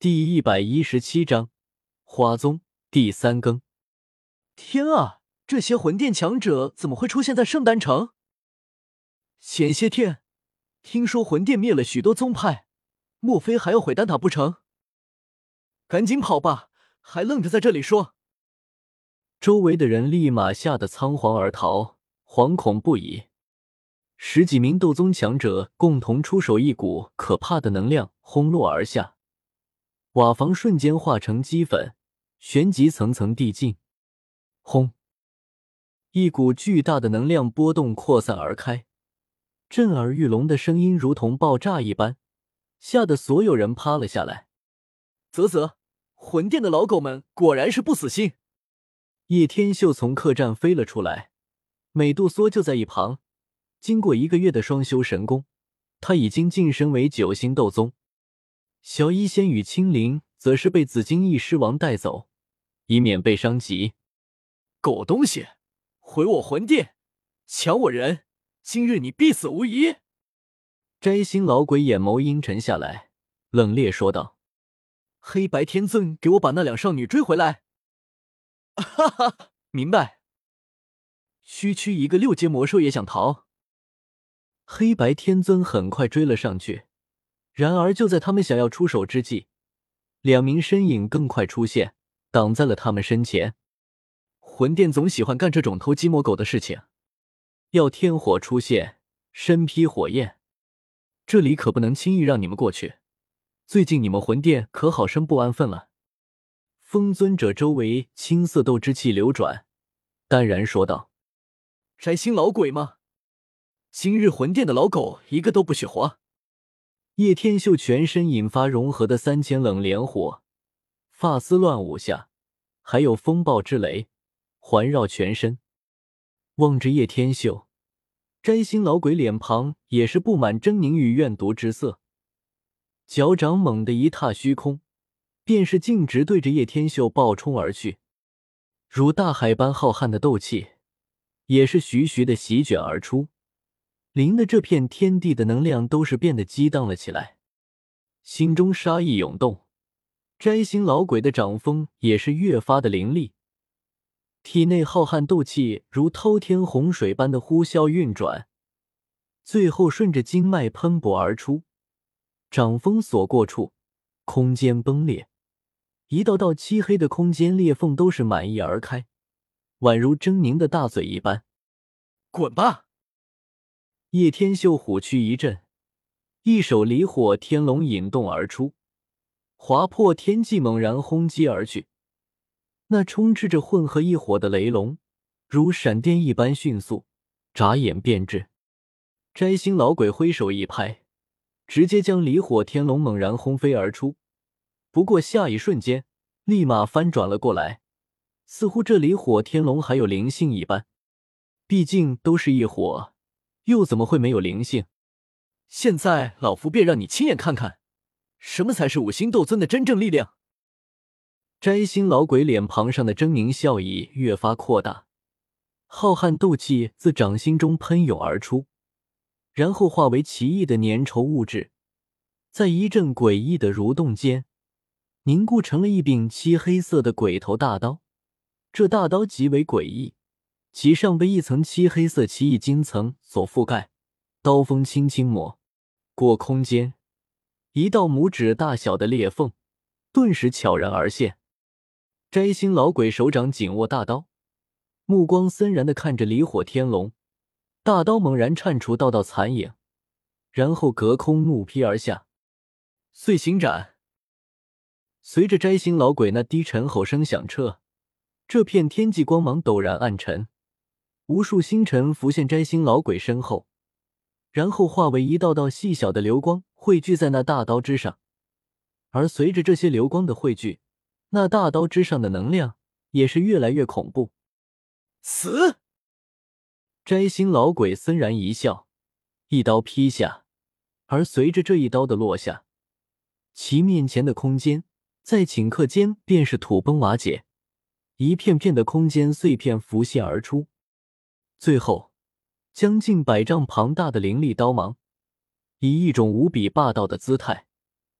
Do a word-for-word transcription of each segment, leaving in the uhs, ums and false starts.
第一百一十七章花宗第三更。 天啊，这些魂殿强者怎么会出现在圣丹城？前些天听说魂殿灭了许多宗派，莫非还要毁丹塔不成？赶紧跑吧，还愣着在这里说。 周围的人立马吓得仓皇而逃，惶恐不已。十几名斗宗强者共同出手，一股可怕的能量轰落而下，瓦房瞬间化成齑粉，旋即层层递进。轰！一股巨大的能量波动扩散而开，震耳欲聋的声音如同爆炸一般，吓得所有人趴了下来。 啧啧，魂殿的老狗们果然是不死心。 叶天秀从客栈飞了出来，美杜莎就在一旁。经过一个月的双修神功，他已经晋升为九星斗宗。小医仙与青灵则是被紫金翼狮王带走，以免被伤及。 狗东西，毁我魂殿，抢我人，今日你必死无疑！ 摘星老鬼眼眸阴沉下来，冷冽说道： 黑白天尊，给我把那两少女追回来！哈哈，明白。区区一个六阶魔兽也想逃？ 黑白天尊很快追了上去，然而就在他们想要出手之际，两名身影更快出现，挡在了他们身前。 魂殿总喜欢干这种偷鸡摸狗的事情。 要天火出现，身披火焰，这里可不能轻易让你们过去。最近你们魂殿可好生不安分了。风尊者周围青色斗之气流转，淡然说道： 摘星老鬼吗？今日魂殿的老狗一个都不许活！ 叶天秀全身引发融合的三千冷莲火，发丝乱舞下，还有风暴之雷环绕全身。望着叶天秀，摘星老鬼脸庞也是布满狰狞与怨毒之色，脚掌猛地一踏虚空，便是径直对着叶天秀暴冲而去。如大海般浩瀚的斗气也是徐徐的席卷而出，临的这片天地的能量都是变得激荡了起来。心中杀意涌动，摘星老鬼的掌风也是越发的凌厉，体内浩瀚斗气如滔天洪水般的呼啸运转，最后顺着经脉喷薄而出。掌风所过处，空间崩裂，一道道漆黑的空间裂缝都是满溢而开，宛如狰狞的大嘴一般。 滚吧！ 叶天秀虎躯一震，一手离火天龙引动而出，划破天际猛然轰击而去。那充斥着混合一火的雷龙如闪电一般迅速，眨眼便至。摘星老鬼挥手一拍，直接将离火天龙猛然轰飞而出。不过下一瞬间立马翻转了过来，似乎这离火天龙还有灵性一般。毕竟都是一火，又怎么会没有灵性？ 现在老夫便让你亲眼看看，什么才是五星斗尊的真正力量。 摘星老鬼脸庞上的狰狞笑意越发扩大，浩瀚斗气自掌心中喷涌而出，然后化为奇异的粘稠物质，在一阵诡异的蠕动间凝固成了一柄漆黑色的鬼头大刀。这大刀极为诡异，其上被一层漆黑色奇异金层所覆盖，刀锋轻轻抹过空间，一道拇指大小的裂缝顿时悄然而现。摘星老鬼手掌紧握大刀，目光森然地看着离火天龙，大刀猛然铲除道道残影，然后隔空怒劈而下。 碎星斩！ 随着摘星老鬼那低沉吼声响彻，这片天际光芒陡然暗沉，无数星辰浮现摘星老鬼身后，然后化为一道道细小的流光汇聚在那大刀之上。而随着这些流光的汇聚，那大刀之上的能量也是越来越恐怖。 死！ 摘星老鬼森然一笑，一刀劈下，而随着这一刀的落下，其面前的空间在顷刻间便是土崩瓦解，一片片的空间碎片浮现而出，最后将近百丈庞大的凌厉刀芒以一种无比霸道的姿态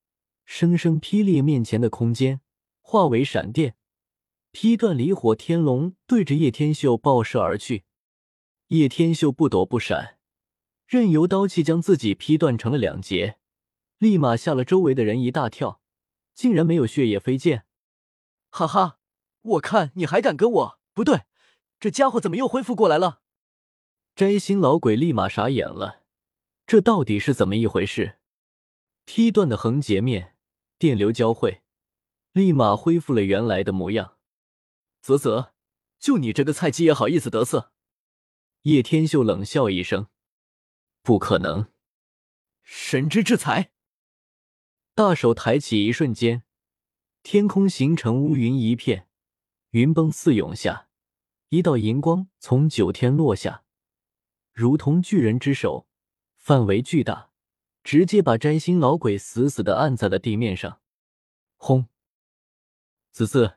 生生劈裂面前的空间，化为闪电，劈断离火天龙，对着叶天秀爆射而去。叶天秀不躲不闪，任由刀气将自己劈断成了两截，立马吓了周围的人一大跳，竟然没有血液飞溅。 哈哈，我看你还敢跟我……不对，这家伙怎么又恢复过来了？ 摘星老鬼立马傻眼了，这到底是怎么一回事？劈断的横截面，电流交汇，立马恢复了原来的模样。 啧啧，就你这个菜鸡也好意思得瑟？ 叶天秀冷笑一声：“不可能！” 神之制裁！ 大手抬起，一瞬间，天空形成乌云一片，云崩四涌下，一道银光从九天落下，如同巨人之手，范围巨大，直接把摘星老鬼死死地按在了地面上。轰！子嗣！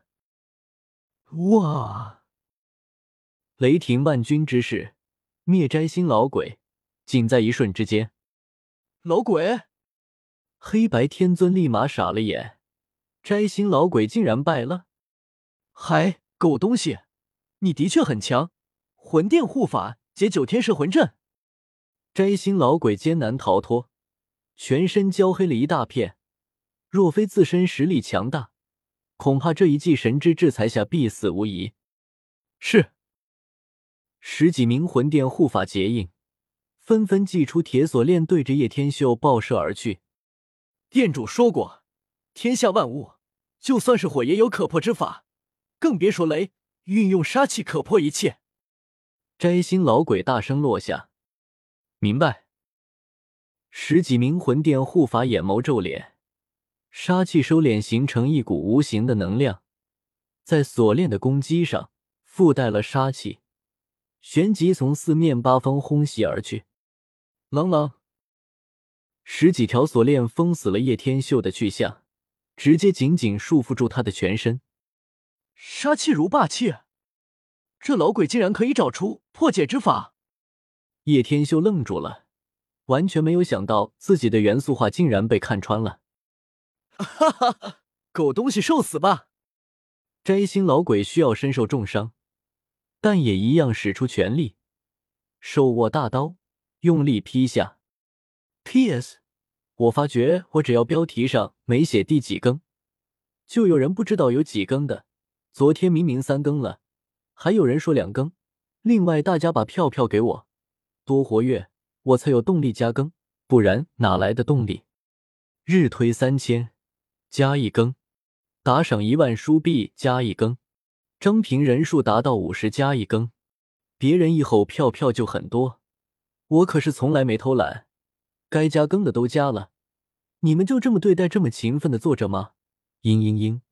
哇！ 雷霆万钧之势，灭摘星老鬼，仅在一瞬之间。 老鬼！ 黑白天尊立马傻了眼，摘星老鬼竟然败了。 嗨，狗东西，你的确很强，魂殿护法解九天摄魂阵。 摘星老鬼艰难逃脱，全身焦黑了一大片，若非自身实力强大，恐怕这一记神之制裁下必死无疑。 是。 十几名魂殿护法结印，纷纷祭出铁锁链，对着叶天秀爆射而去。 店主说过，天下万物，就算是火也有可破之法，更别说雷，运用杀气可破一切。 摘星老鬼大声落下：“明白。”十几名魂殿护法眼眸皱敛，杀气收敛，形成一股无形的能量，在锁链的攻击上附带了杀气，旋即从四面八方轰袭而去。 啷啷， 十几条锁链封死了叶天秀的去向，直接紧紧束缚住他的全身。 杀气如霸气，这老鬼竟然可以找出破解之法。 叶天秀愣住了，完全没有想到自己的元素化竟然被看穿了。 哈哈哈，狗东西受死吧！ 摘星老鬼需要身受重伤，但也一样使出全力，手握大刀，用力劈下。P S 我发觉我只要标题上没写第几更，就有人不知道有几更的。昨天明明三更了，还有人说两更。另外大家把票票给我，多活跃我才有动力加更，不然哪来的动力？日推三千加一更，打赏一万书币加一更，征评人数达到五十加一更。别人一吼票票就很多，我可是从来没偷懒，该加更的都加了。你们就这么对待这么勤奋的作者吗？嘤嘤嘤。